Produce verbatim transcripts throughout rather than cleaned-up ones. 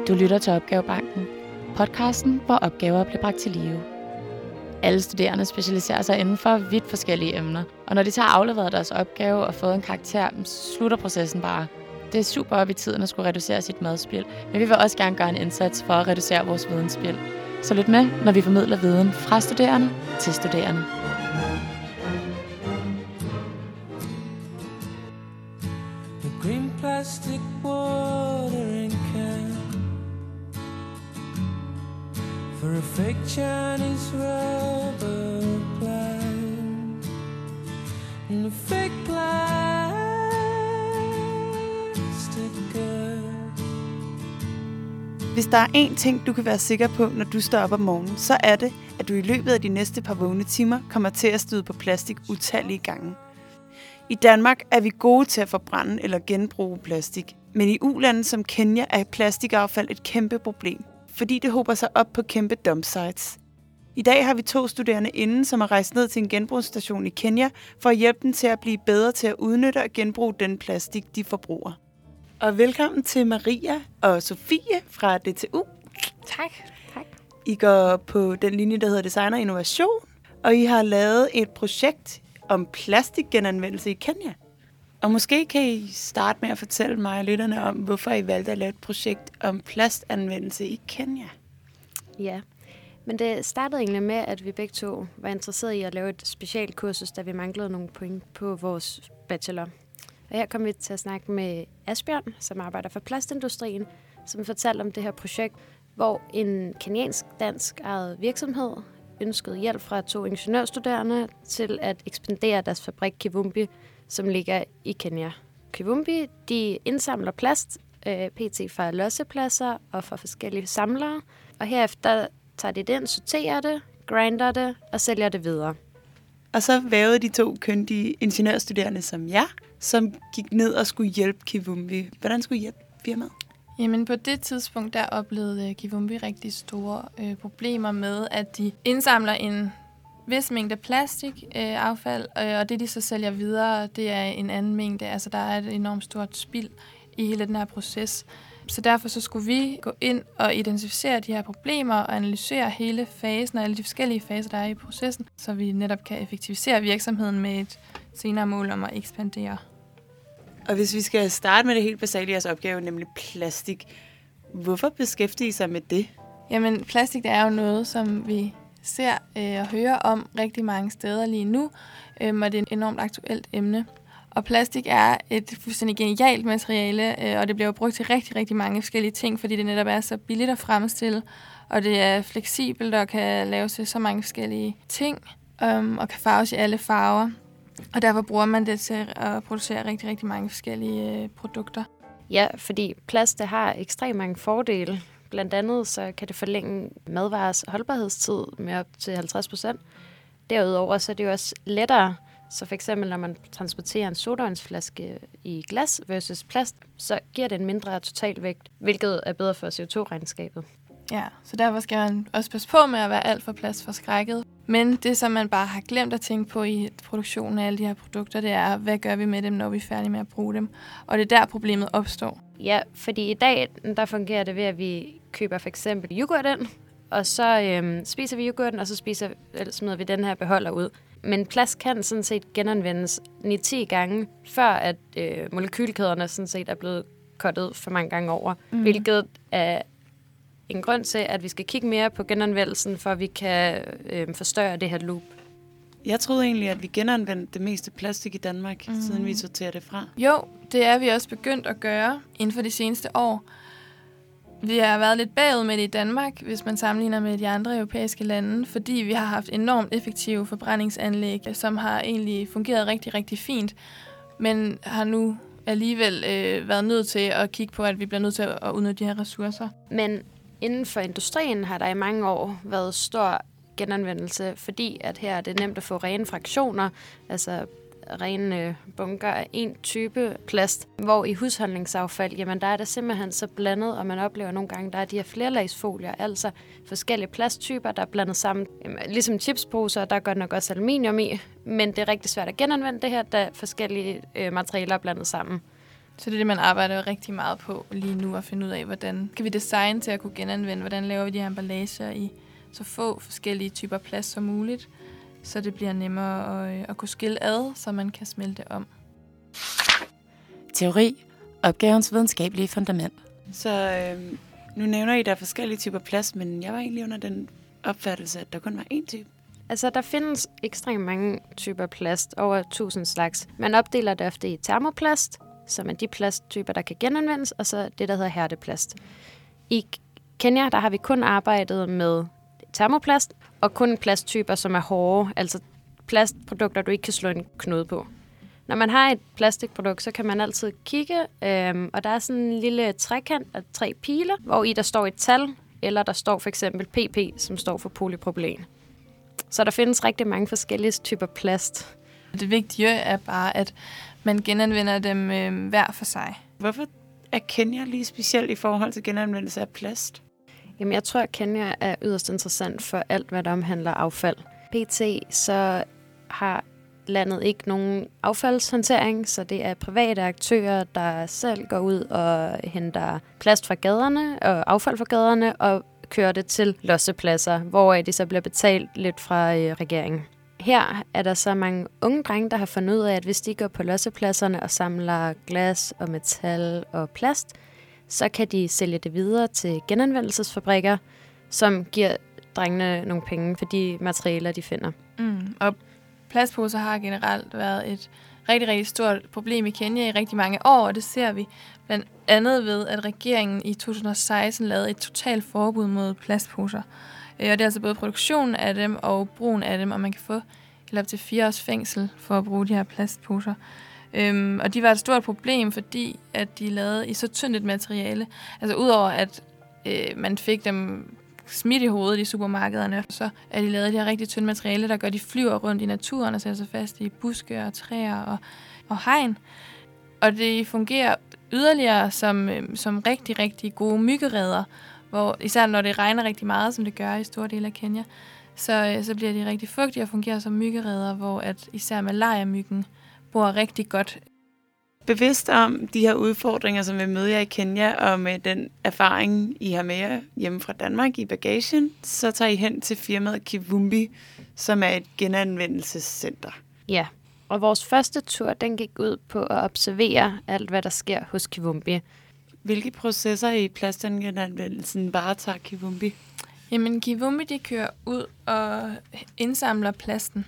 Du lytter til Opgavebanken, podcasten, hvor opgaver bliver bragt til live. Alle studerende specialiserer sig inden for vidt forskellige emner, og når de tager afleveret deres opgave og fået en karakter, slutter processen bare. Det er super op i tiden at skulle reducere sit madspild, men vi vil også gerne gøre en indsats for at reducere vores vidensspild. Så lyt med, når vi formidler viden fra studerende til studerende. The green plastic watering can for a fake Chinese rubber plant and a fake plastic girl. Hvis der er én ting, du kan være sikker på, når du står op om morgenen, så er det, at du i løbet af de næste par vågne timer kommer til at støde på plastik utallige gange. I Danmark er vi gode til at forbrænde eller genbruge plastik, men i u-lande som Kenya er plastikaffald et kæmpe problem, fordi det hober sig op på kæmpe dumpsites. I dag har vi to studerende inden, som har rejst ned til en genbrugsstation i Kenya for at hjælpe dem til at blive bedre til at udnytte og genbruge den plastik, de forbruger. Og velkommen til Maria og Sofie fra D T U. Tak. tak. I går på den linje, der hedder Design og Innovation, og I har lavet et projekt om plastikgenanvendelse i Kenya. Og måske kan I starte med at fortælle mig og lytterne om, hvorfor I valgte at lave et projekt om plastanvendelse i Kenya. Ja, men det startede egentlig med, at vi begge to var interesserede i at lave et specialkursus, da vi manglede nogle point på vores bachelor. Og her kom vi til at snakke med Asbjørn, som arbejder for plastindustrien, som fortalte om det her projekt, hvor en kenyansk-dansk ejet virksomhed ønskede hjælp fra to ingeniørstuderende til at ekspandere deres fabrik Kivumbi, som ligger i Kenya. Kivumbi, de indsamler plast, øh, pt. Fra lossepladser og fra forskellige samlere, og herefter tager de det ind, sorterer det, grinder det og sælger det videre. Og så vævede de to kyndige ingeniørstuderende som jer, som gik ned og skulle hjælpe Kivumbi. Hvordan skulle I hjælpe firmaet? Jamen på det tidspunkt, der oplevede Kivumbi rigtig store øh, problemer med, at de indsamler en vis mængde plastikaffald, øh, og det de så sælger videre, det er en anden mængde. Altså der er et enormt stort spild i hele den her proces. Så derfor så skulle vi gå ind og identificere de her problemer og analysere hele fasen og alle de forskellige faser, der er i processen, så vi netop kan effektivisere virksomheden med et senere mål om at ekspandere. Og hvis vi skal starte med det helt basale i jeres opgave, nemlig plastik, hvorfor beskæftiger I sig med det? Jamen, plastik det er jo noget, som vi ser øh, og hører om rigtig mange steder lige nu, øh, og det er et enormt aktuelt emne. Og plastik er et fuldstændig genialt materiale, øh, og det bliver jo brugt til rigtig, rigtig mange forskellige ting, fordi det netop er så billigt at fremstille, og det er fleksibelt og kan laves til så mange forskellige ting, øh, og kan farves i alle farver. Og derfor bruger man det til at producere rigtig, rigtig mange forskellige øh, produkter. Ja, fordi plast det har ekstremt mange fordele. Blandt andet så kan det forlænge madvarers holdbarhedstid med op til halvtreds procent. Derudover så er det jo også lettere. Så for eksempel når man transporterer en sodavandsflaske i glas versus plast, så giver det en mindre totalvægt, hvilket er bedre for C O to regnskabet. Ja, så derfor skal man også passe på med at være alt for plastforskrækket. Men det, som man bare har glemt at tænke på i produktionen af alle de her produkter, det er, hvad gør vi med dem, når vi er færdige med at bruge dem? Og det er der, problemet opstår. Ja, fordi i dag, der fungerer det ved, at vi køber for eksempel yoghurt ind, og så øhm, spiser vi yoghurten, og så spiser, eller smider vi den her beholder ud. Men plast kan sådan set genanvendes ni til ti gange, før at øh, molekylkæderne sådan set er blevet kottet for mange gange over, mm. hvilket er en grund til, at vi skal kigge mere på genanvendelsen, for at vi kan øh, forstørre det her loop. Jeg troede egentlig, at vi genanvendte det meste plastik i Danmark, mm. siden vi sorterer det fra. Jo, det er vi også begyndt at gøre inden for de seneste år. Vi har været lidt bagud med det i Danmark, hvis man sammenligner med de andre europæiske lande, fordi vi har haft enormt effektive forbrændingsanlæg, som har egentlig fungeret rigtig, rigtig fint, men har nu alligevel øh, været nødt til at kigge på, at vi bliver nødt til at udnytte de her ressourcer. Men inden for industrien har der i mange år været stor genanvendelse, fordi at her er det nemt at få rene fraktioner, altså rene bunker af en type plast, hvor i husholdningsaffald, jamen der er det simpelthen så blandet, og man oplever nogle gange, der er de her flerlagsfolier, altså forskellige plasttyper, der er blandet sammen. Jamen, ligesom chipsposer, der er godt nok også aluminium i, men det er rigtig svært at genanvende det her, da forskellige øh, materialer er blandet sammen. Så det er det, man arbejder rigtig meget på lige nu, at finde ud af, hvordan kan vi designe til at kunne genanvende, hvordan laver vi de her emballager i så få forskellige typer plast som muligt, så det bliver nemmere at, at kunne skille ad, så man kan smelte om. Teori. Opgavens videnskabelige fundament. Så øh, nu nævner I, at der er forskellige typer plast, men jeg var egentlig under den opfattelse, at der kun var én type. Altså, der findes ekstremt mange typer plast, over tusind slags. Man opdeler det ofte i termoplast, som er de plasttyper, der kan genanvendes, og så det, der hedder hærdeplast. I Kenya, der har vi kun arbejdet med termoplast, og kun plasttyper, som er hårde, altså plastprodukter, du ikke kan slå en knude på. Når man har et plastikprodukt, så kan man altid kigge, øhm, og der er sådan en lille trekant af tre piler, hvor i der står et tal, eller der står for eksempel P P, som står for polypropylen. Så der findes rigtig mange forskellige typer plast. Det vigtige er bare, at man genanvender dem øh, hver for sig. Hvorfor er Kenya lige specielt i forhold til genanvendelse af plast? Jamen, jeg tror, at Kenya er yderst interessant for alt, hvad der omhandler affald. P T så har landet ikke nogen affaldshåndtering, så det er private aktører, der selv går ud og henter plast fra gaderne og affald fra gaderne og kører det til lossepladser, hvor de så bliver betalt lidt fra øh, regeringen. Her er der så mange unge drenge, der har fundet ud af, at hvis de går på lossepladserne og samler glas og metal og plast, så kan de sælge det videre til genanvendelsesfabrikker, som giver drengene nogle penge for de materialer, de finder. Mm. Og plastposer har generelt været et rigtig, rigtig stort problem i Kenya i rigtig mange år, og det ser vi blandt andet ved, at regeringen i to tusind og seksten lavede et totalt forbud mod plastposer. Og det er altså både produktionen af dem og brugen af dem, og man kan få helt op til fire års fængsel for at bruge de her plastposer. Øhm, og de var et stort problem, fordi at de lavede i så tyndt et materiale. Altså udover at øh, man fik dem smidt i hovedet i supermarkederne, så er de lavet af de her rigtig tynde materiale, der gør, at de flyver rundt i naturen og sætter sig fast i buske og træer og, og hegn. Og det fungerer yderligere som, øh, som rigtig, rigtig gode myggereder, hvor især når det regner rigtig meget, som det gør i store dele af Kenya, så, øh, så bliver de rigtig fugtige og fungerer som myggereder, hvor at især malaria-myggen bor rigtig godt. Bevidst om de her udfordringer, som vi møder jer i Kenya, og med den erfaring, I har med jer hjemme fra Danmark i bagagen, så tager I hen til firmaet Kivumbi, som er et genanvendelsescenter. Ja, og vores første tur, den gik ud på at observere alt, hvad der sker hos Kivumbi. Hvilke processer i plastgenanvendelsen varetager Kivumbi? Jamen, Kivumbi, de kører ud og indsamler plasten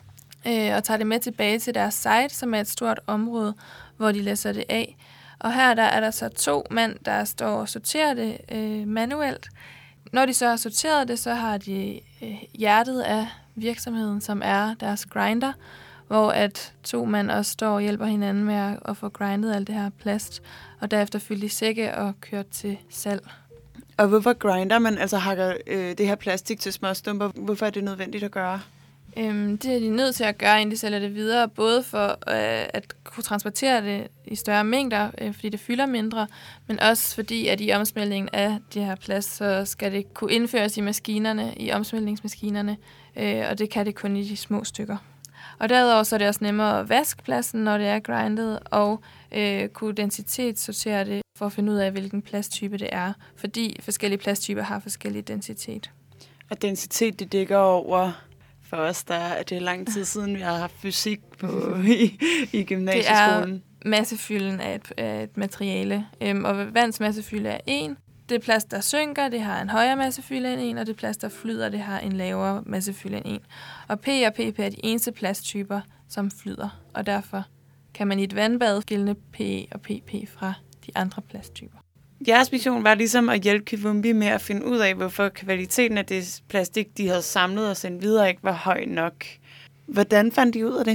øh, og tager det med tilbage til deres site, som er et stort område, hvor de læsser det af. Og her der er der så to mænd, der står og sorterer det øh, manuelt. Når de så har sorteret det, så har de øh, hjertet af virksomheden, som er deres grinder, hvor at to mænd også står og hjælper hinanden med at, at få grindet alt det her plast, og derefter fyldt i sække og kørt til salg. Og hvorfor grinder man, altså hakker øh, det her plastik til små stumper? Hvorfor er det nødvendigt at gøre? Øhm, det er de nødt til at gøre, inden de sælger det videre, både for øh, at kunne transportere det i større mængder, øh, fordi det fylder mindre, men også fordi, at i omsmeltningen af det her plast, så skal det kunne indføres i maskinerne, i omsmeltningsmaskinerne, øh, og det kan det kun i de små stykker. Og derudover så er det også nemmere at vaske pladsen, når det er grindet, og øh, kunne densitetssortere det for at finde ud af, hvilken plasttype det er, fordi forskellige plasttyper har forskellig densitet. Og densitet, det dækker over for os, der er det er lang tid siden, vi har haft fysik på, i, i gymnasieskolen. Det er massefylden af et, af et materiale, øhm, og vands massefylde er en. Det plast, der synker, det har en højere massefylde end en, og det plast, der flyder, det har en lavere massefylde end en. Og P og P P er de eneste plasttyper, som flyder, og derfor kan man i et vandbad skille P og P P fra de andre plasttyper. Jeres mission var ligesom at hjælpe Kivumbi med at finde ud af, hvorfor kvaliteten af det plastik, de havde samlet og sendt videre, ikke var høj nok. Hvordan fandt de ud af det?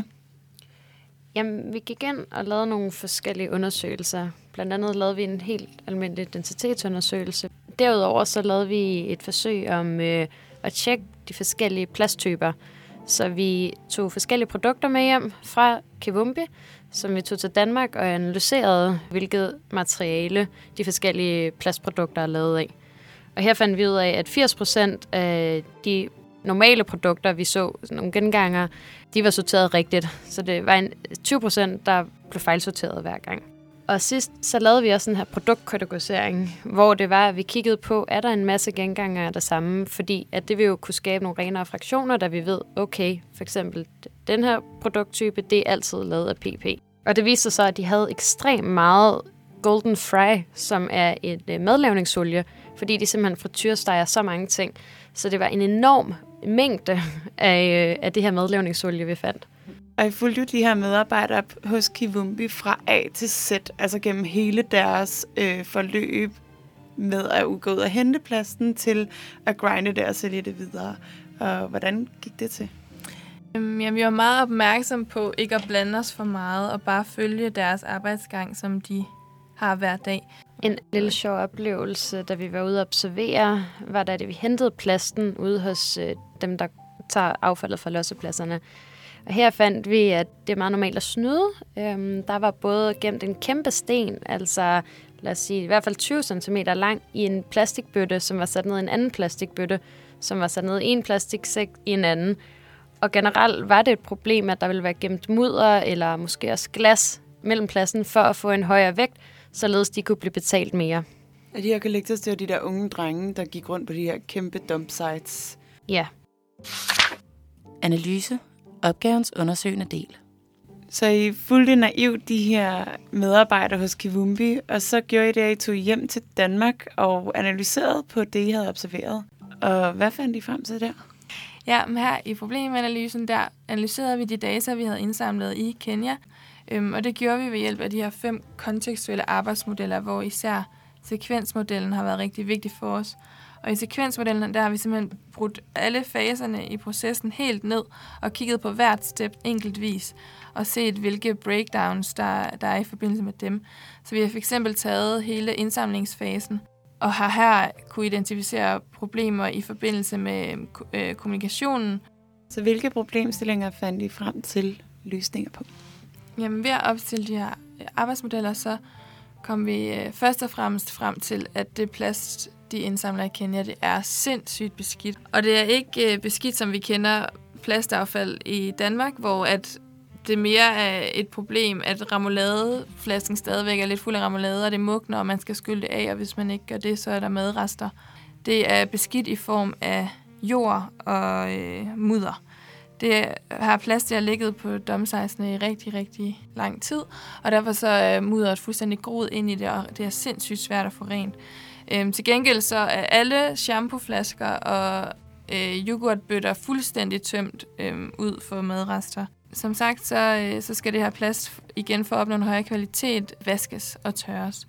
Jamen, vi gik ind og lavede nogle forskellige undersøgelser. Blandt andet lavede vi en helt almindelig identitetsundersøgelse. Derudover så lavede vi et forsøg om øh, at tjekke de forskellige plasttyper. Så vi tog forskellige produkter med hjem fra Kivumbi, som vi tog til Danmark og analyserede, hvilket materiale de forskellige plastprodukter er lavet af. Og her fandt vi ud af, at firs procent af de normale produkter, vi så, nogle genganger, de var sorteret rigtigt. Så det var en tyve procent, der blev fejlsorteret hver gang. Og sidst så lavede vi også den her produktkategorisering, hvor det var, at vi kiggede på, er der en masse genganger af det samme, fordi at det vil jo kunne skabe nogle renere fraktioner, da vi ved, okay, for eksempel den her produkttype, det er altid lavet af P P. Og det viste sig så, at de havde ekstremt meget golden fry, som er et madlavningsolie, fordi de simpelthen frityresteger så mange ting. Så det var en enorm mængde af, af det her madlavningsolie, vi fandt. Og I fulgte jo de her medarbejdere hos Kivumbi fra A til Z, altså gennem hele deres øh, forløb med at gå ud og hente plasten til at grinde det og sælge det videre. Og hvordan gik det til? Øhm, ja, vi var meget opmærksom på ikke at blande os for meget og bare følge deres arbejdsgang, som de har hver dag. En lille sjov oplevelse, da vi var ude at observere, var da det, vi hentede plasten ude hos øh, dem, der tager affaldet fra lossepladserne. Og her fandt vi, at det er meget normalt at snyde. Øhm, der var både gemt en kæmpe sten, altså lad os sige i hvert fald tyve centimeter lang, i en plastikbøtte, som var sat ned i en anden plastikbøtte, som var sat ned i en plastiksæk i en anden. Og generelt var det et problem, at der ville være gemt mudder eller måske også glas mellem pladsen for at få en højere vægt, således de kunne blive betalt mere. Og de her collectors, det var de der unge drenge, der gik rundt på de her kæmpe dump sites. Ja. Analyse. Opgavens undersøgende del. Så I fulgte naivt de her medarbejdere hos Kivumbi, og så gjorde I det, at I tog hjem til Danmark og analyserede på det, I havde observeret. Og hvad fandt I frem til der? Ja, men her i problemanalysen, der analyserede vi de data, vi havde indsamlet i Kenya. Øhm, og det gjorde vi ved hjælp af de her fem kontekstuelle arbejdsmodeller, hvor især sekvensmodellen har været rigtig vigtig for os. Og i sekvensmodellen, der har vi simpelthen brudt alle faserne i processen helt ned og kigget på hvert step enkeltvis og set, hvilke breakdowns, der, der er i forbindelse med dem. Så vi har fx taget hele indsamlingsfasen og har her kunne identificere problemer i forbindelse med øh, kommunikationen. Så hvilke problemstillinger fandt I frem til løsninger på? Jamen ved at opstille de her arbejdsmodeller, så kom vi øh, først og fremmest frem til, at det plast, de indsamler i Kenya, det er sindssygt beskidt. Og det er ikke øh, beskidt, som vi kender plastaffald i Danmark, hvor at det mere er et problem, at ramouladeflasken stadigvæk er lidt fuld af remoulade, og det mugner, og man skal skylde det af, og hvis man ikke gør det, så er der madrester. Det er beskidt i form af jord og øh, mudder. Det har plast, der har ligget på dumpsitesene i rigtig, rigtig lang tid, og derfor så er mudderet fuldstændig groet ind i det, og det er sindssygt svært at få rent. Øhm, til gengæld så er alle shampooflasker og øh, yoghurtbøtter fuldstændig tømt øh, ud for madrester. Som sagt, så, øh, så skal det her plast igen for at opnå en højere kvalitet vaskes og tørres.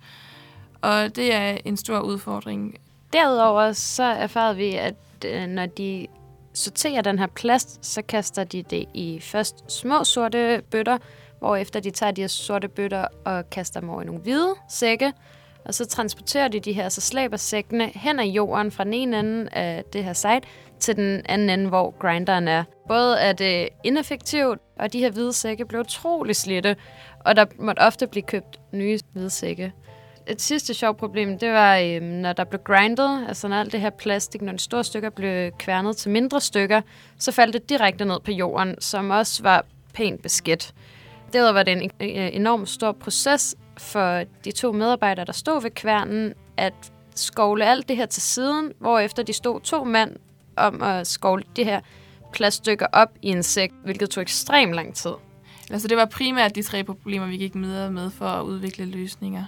Og det er en stor udfordring. Derudover så erfarede vi, at øh, når de sorterer den her plast, så kaster de det i først små sorte bøtter, hvorefter de tager de her sorte bøtter og kaster dem over i nogle hvide sække, og så transporterer de de her, så slæber sækkene hen ad jorden fra den ene ende af det her site til den anden ende, hvor grinderen er. Både er det ineffektivt, og de her hvide sække blev utrolig slidte, og der måtte ofte blive købt nye hvide sække. Et sidste sjovt problem, det var, øhm, når der blev grindet, altså når alt det her plastik, når de store stykker blev kværnet til mindre stykker, så faldt det direkte ned på jorden, som også var pænt beskidt. Derudover var det en enormt stor proces for de to medarbejdere, der stod ved kværnen, at skovle alt det her til siden, hvorefter de stod to mand om at skovle de her plaststykker op i en sæk, hvilket tog ekstremt lang tid. Altså det var primært de tre problemer, vi gik videre med for at udvikle løsninger.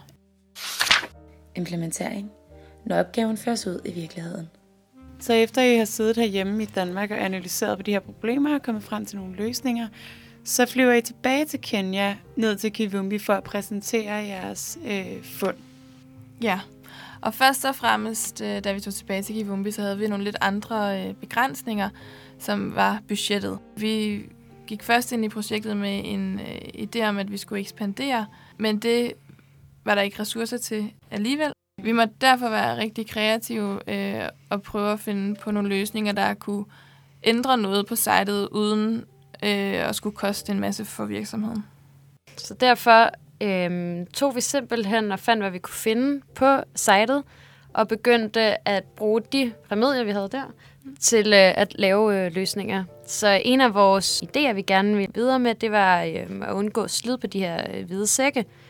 Implementering. Når opgaven føres ud i virkeligheden. Så efter I har siddet herhjemme i Danmark og analyseret på de her problemer og kommet frem til nogle løsninger, så flyver I tilbage til Kenya, ned til Kivumbi for at præsentere jeres øh, fund. Ja, og først og fremmest, øh, da vi tog tilbage til Kivumbi, så havde vi nogle lidt andre øh, begrænsninger, som var budgettet. Vi gik først ind i projektet med en øh, idé om, at vi skulle ekspandere, men det var der ikke ressourcer til alligevel. Vi måtte derfor være rigtig kreative øh, og prøve at finde på nogle løsninger, der kunne ændre noget på sitet, uden øh, at skulle koste en masse for virksomheden. Så derfor øh, tog vi simpelthen og fandt, hvad vi kunne finde på sitet, og begyndte at bruge de remedier, vi havde der, til øh, at lave øh, løsninger. Så en af vores idéer, vi gerne vil videre med, det var øh, at undgå slid på de her øh, hvide sække.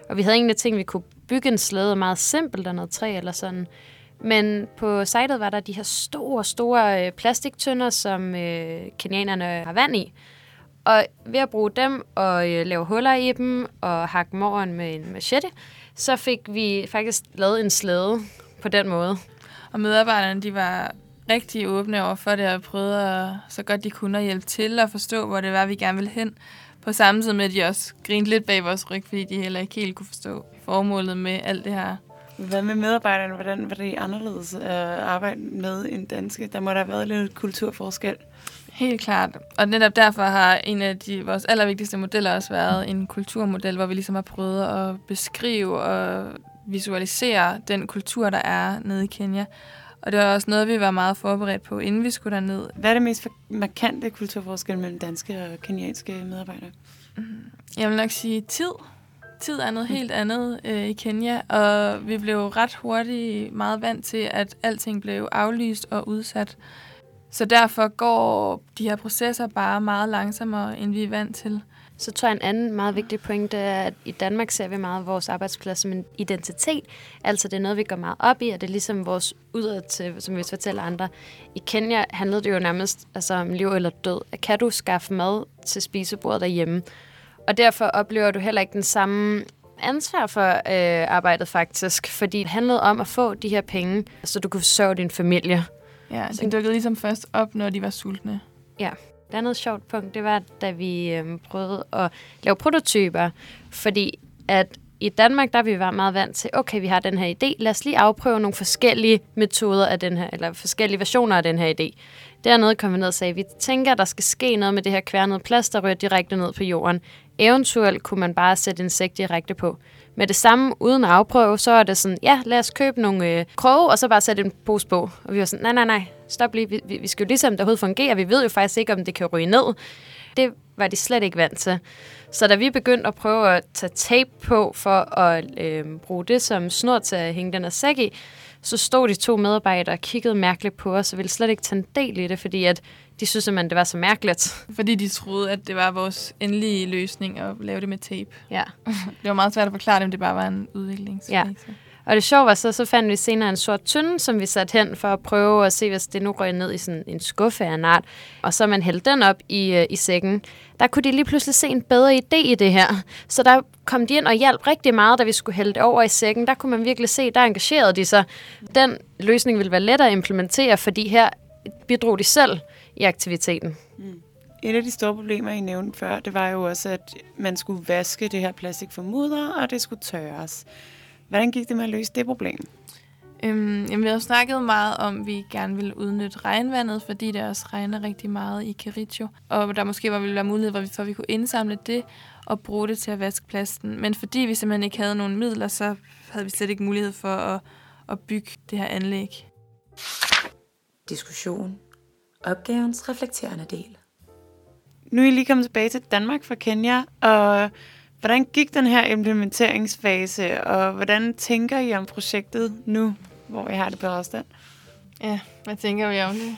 Og vi havde egentlig tænkt, at vi kunne bygge en slæde meget simpelt af noget træ eller sådan. Men på sitet var der de her store, store øh, plastiktønder, som øh, kenianerne har vand i. Og ved at bruge dem og øh, lave huller i dem og hakke dem over med en machete, så fik vi faktisk lavet en slæde på den måde. Og medarbejderne, de var rigtig åbne over for det og prøvede at, så godt de kunne at hjælpe til at forstå, hvor det var, vi gerne ville hen. På samme tid med, at de også grinte lidt bag vores ryg, fordi de heller ikke helt kunne forstå formålet med alt det her. Hvad med medarbejderne? Hvordan var det anderledes at arbejde med en danske? Der må der have været lidt kulturforskel. Helt klart. Og netop derfor har en af de, vores allervigtigste modeller også været en kulturmodel, hvor vi ligesom har prøvet at beskrive og visualisere den kultur, der er nede i Kenya. Og det var også noget, vi var meget forberedt på, inden vi skulle derned. Hvad er det mest markante kulturforskel mellem danske og kenyanske medarbejdere? Jeg vil nok sige tid. Tid er noget helt andet øh, i Kenya, og vi blev ret hurtigt meget vant til, at alting blev aflyst og udsat. Så derfor går de her processer bare meget langsommere, end vi er vant til. Så tror jeg en anden meget vigtig point, det er, at i Danmark ser vi meget vores arbejdsplads som en identitet. Altså det er noget, vi går meget op i, og det er ligesom vores udad til, som vi fortæller andre. I Kenya handlede det jo nærmest altså, om liv eller død. Kan du skaffe mad til spisebordet derhjemme? Og derfor oplever du heller ikke den samme ansvar for øh, arbejdet faktisk, fordi det handlede om at få de her penge, så du kunne forsørge din familie. Ja, de dukkede ligesom først op, når de var sultne. Ja. Et andet sjovt punkt, det var, da vi øhm, prøvede at lave prototyper, fordi at i Danmark, der vi var meget vant til, okay, vi har den her idé, lad os lige afprøve nogle forskellige metoder af den her, eller forskellige versioner af den her idé. Dernede kom vi ned og sagde, vi tænker, der skal ske noget med det her kværnede plast, der rører direkte ned på jorden. Eventuelt kunne man bare sætte insekt direkte på. Med det samme, uden at afprøve, så er det sådan, ja, lad os købe nogle øh, kroge, og så bare sætte en pose på. Og vi var sådan, nej, nej, nej, stop lige, vi, vi skal jo ligesom det overhovedet fungerer. Vi ved jo faktisk ikke, om det kan ryge ned. Det var de slet ikke vant til. Så da vi begyndte at prøve at tage tape på, for at øh, bruge det som snor til at hænge den her sæk i, så stod de to medarbejdere og kiggede mærkeligt på os, og ville slet ikke tage en del i det, fordi at de synes simpelthen, det var så mærkeligt. Fordi de troede, at det var vores endelige løsning at lave det med tape. Ja. Det var meget svært at forklare dem, det bare var en udviklingsfase. Ja. Og det sjove var så, så fandt vi senere en sort tynde, som vi satte hen for at prøve at se, hvis det nu røg ned i sådan en skuffe af en art. Og så man hældte den op i, i sækken. Der kunne de lige pludselig se en bedre idé i det her. Så der kom de ind og hjalp rigtig meget, da vi skulle hælde det over i sækken. Der kunne man virkelig se, der engagerede de sig. Den løsning ville være lettere at implementere, fordi her bidrog de selv i aktiviteten. Mm. Et af de store problemer, I nævnte før, det var jo også, at man skulle vaske det her plastik for mudder, og det skulle tørres. Hvordan gik det med at løse det problem? Øhm, jamen, vi har snakket meget om, at vi gerne ville udnytte regnvandet, fordi det også regner rigtig meget i Kericho. Og der måske var, ville være mulighed for, at vi kunne indsamle det og bruge det til at vaske plasten. Men fordi vi simpelthen ikke havde nogen midler, så havde vi slet ikke mulighed for at, at bygge det her anlæg. Diskussion. Opgavens reflekterende del. Nu er I lige kommet tilbage til Danmark fra Kenya, og hvordan gik den her implementeringsfase, og hvordan tænker I om projektet nu, hvor I har det på afstand? Ja, hvad tænker vi om det?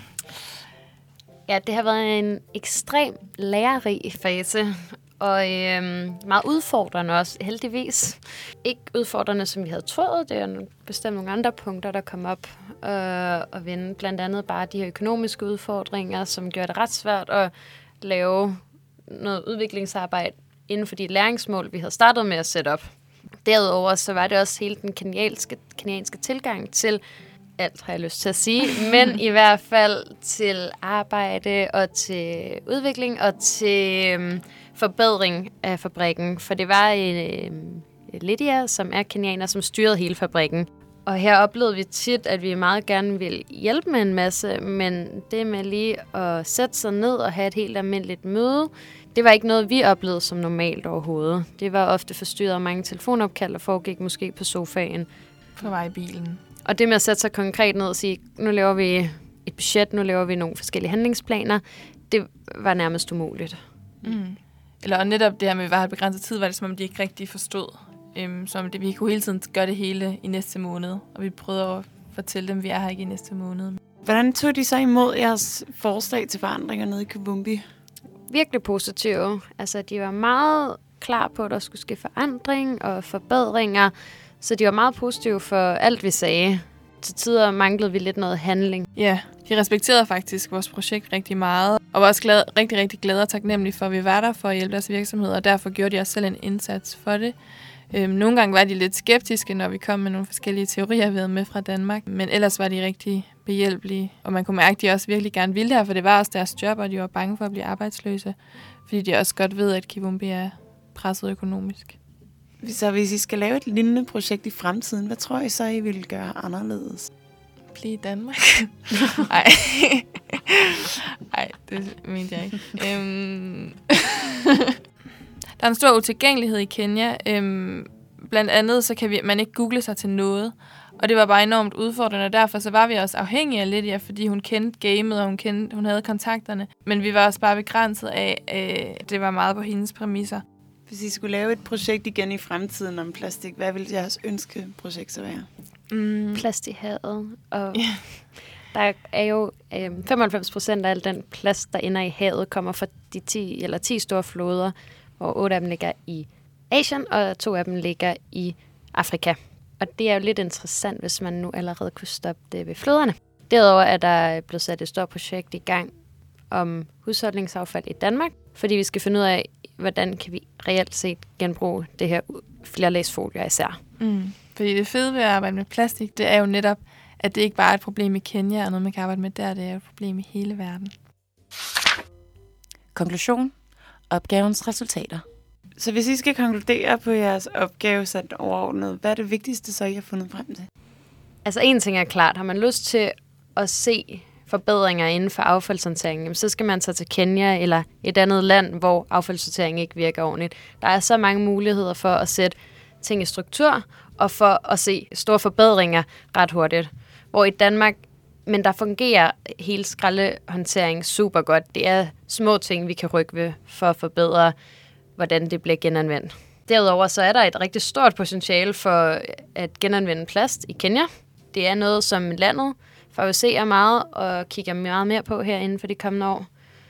Ja, det har været en ekstrem lærerig fase, og øhm, meget udfordrende også, heldigvis. Ikke udfordrende, som vi havde troet. Det er bestemt nogle andre punkter, der kom op øh, og vende. Blandt andet bare de her økonomiske udfordringer, som gør det ret svært at lave noget udviklingsarbejde inden for de læringsmål, vi havde startet med at sætte op. Derudover så var det også hele den kenianske, kenianske tilgang til alt, har jeg lyst til at sige, men i hvert fald til arbejde og til udvikling og til øhm, forbedring af fabrikken. For det var øh, Lydia, som er kenianer, som styrede hele fabrikken. Og her oplevede vi tit, at vi meget gerne ville hjælpe med en masse, men det med lige at sætte sig ned og have et helt almindeligt møde, det var ikke noget, vi oplevede som normalt overhovedet. Det var ofte forstyrret af mange telefonopkald, og foregik måske på sofaen. På vej i bilen. Og det med at sætte sig konkret ned og sige, nu laver vi et budget, nu laver vi nogle forskellige handlingsplaner, det var nærmest umuligt. Mm. Eller og netop det her med, at vi var begrænset tid, var det som om de ikke rigtig forstod. Øhm, som det, vi kunne hele tiden gøre det hele i næste måned, og vi prøvede at fortælle dem, at vi er her ikke i næste måned. Hvordan tog de så imod jeres forslag til forandringer nede i Kivumbi? Virkelig positive. Altså, de var meget klar på, at der skulle ske forandring og forbedringer. Så de var meget positive for alt, vi sagde. Til tider manglede vi lidt noget handling. Ja, de respekterede faktisk vores projekt rigtig meget, og var også glad, rigtig, rigtig glade og taknemmelige for, at vi var der for at hjælpe deres virksomheder, og derfor gjorde de også selv en indsats for det. Øhm, nogle gange var de lidt skeptiske, når vi kom med nogle forskellige teorier, vi havde med fra Danmark, men ellers var de rigtig behjælpelige, og man kunne mærke, at de også virkelig gerne ville her, for det var også deres job, og de var bange for at blive arbejdsløse, fordi de også godt ved, at Kivumbi er presset økonomisk. Så hvis I skal lave et lignende projekt i fremtiden, hvad tror I så, I ville gøre anderledes? Blive i Danmark? Nej. Nej, det mente jeg ikke. Øhm. Der er en stor utilgængelighed i Kenya. Øhm, blandt andet så kan vi, man ikke google sig til noget. Og det var bare enormt udfordrende, og derfor så var vi også afhængige af Lydia, fordi hun kendte gamet, og hun, kendte, hun havde kontakterne. Men vi var også bare begrænset af, at det var meget på hendes præmisser. Hvis I skulle lave et projekt igen i fremtiden om plastik, hvad ville jeres ønskeprojekt så være? Mm. Plast i havet. Og yeah. Der er jo øh, femoghalvfems procent af al den plast, der ender i havet, kommer fra de ti, eller ti store floder, hvor otte af dem ligger i Asien, og to af dem ligger i Afrika. Og det er jo lidt interessant, hvis man nu allerede kunne stoppe det ved floderne. Derudover er der blevet sat et stort projekt i gang om husholdningsaffald i Danmark, fordi vi skal finde ud af, hvordan kan vi reelt set genbruge det her flerlagsfolier især. Mm. Fordi det fede ved at arbejde med plastik, det er jo netop, at det ikke bare er et problem i Kenya, og noget man kan arbejde med der, det er et problem i hele verden. Konklusion. Opgavens resultater. Så hvis I skal konkludere på jeres opgave sådan overordnet, hvad er det vigtigste, så I har fundet frem til? Altså en ting er klart, har man lyst til at se forbedringer inden for affaldshåndteringen, så skal man tage til Kenya eller et andet land, hvor affaldssortering ikke virker ordentligt. Der er så mange muligheder for at sætte ting i struktur, og for at se store forbedringer ret hurtigt. Hvor i Danmark, men der fungerer hele skraldehåndtering super godt. Det er små ting, vi kan rykke ved for at forbedre, hvordan det bliver genanvendt. Derudover så er der et rigtig stort potentiale for at genanvende plast i Kenya. Det er noget, som landet favoriserer meget og kigger meget mere på her inden for de kommende år.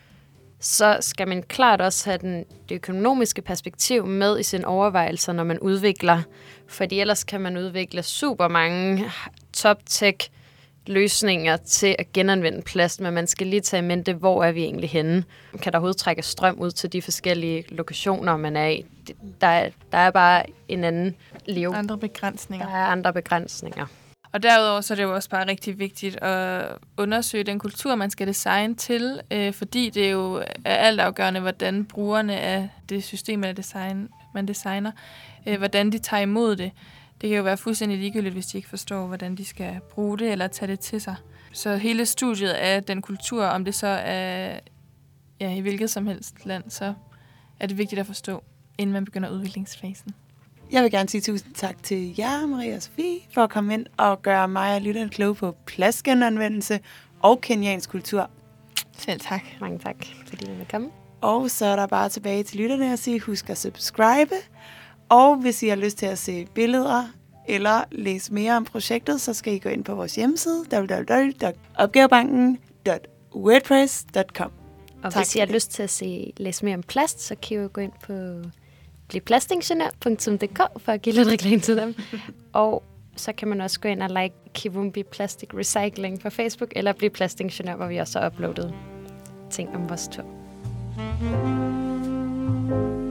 Så skal man klart også have den, det økonomiske perspektiv med i sine overvejelser, når man udvikler. Fordi ellers kan man udvikle super mange top-tech løsninger til at genanvende plast, men man skal lige tage i mente, hvor er vi egentlig henne? Kan der overhovedet trække strøm ud til de forskellige lokationer, man er i? Der er, der er bare en anden liv. Andre begrænsninger. Der er andre begrænsninger. Og derudover så er det jo også bare rigtig vigtigt at undersøge den kultur, man skal designe til, øh, fordi det er jo er altafgørende, hvordan brugerne af det system, man, design, man designer, øh, hvordan de tager imod det. Det kan jo være fuldstændig ligegyldigt, hvis de ikke forstår, hvordan de skal bruge det eller tage det til sig. Så hele studiet af den kultur, om det så er ja, i hvilket som helst land, så er det vigtigt at forstå, inden man begynder udviklingsfasen. Jeg vil gerne sige tusind tak til jer, Maria og Sofie, for at komme ind og gøre mig og lytterne kloge på plastgenanvendelse og kenyansk kultur. Selv tak. Mange tak, fordi du vil komme. Og så er der bare tilbage til lytterne at sige, husk at subscribe. Og hvis I har lyst til at se billeder eller læse mere om projektet, så skal I gå ind på vores hjemmeside, w w w punktum opgavebanken punktum wordpress punktum com. Og tak hvis I har det. lyst til at se, læse mere om plast, så kan I jo gå ind på bliv plastingeniør punktum d k for at give lidt reklame til dem. Og så kan man også gå ind og like Kivumbi Plastic Recycling på Facebook, eller blive plastingeniør, hvor vi også har uploadet ting om vores tur.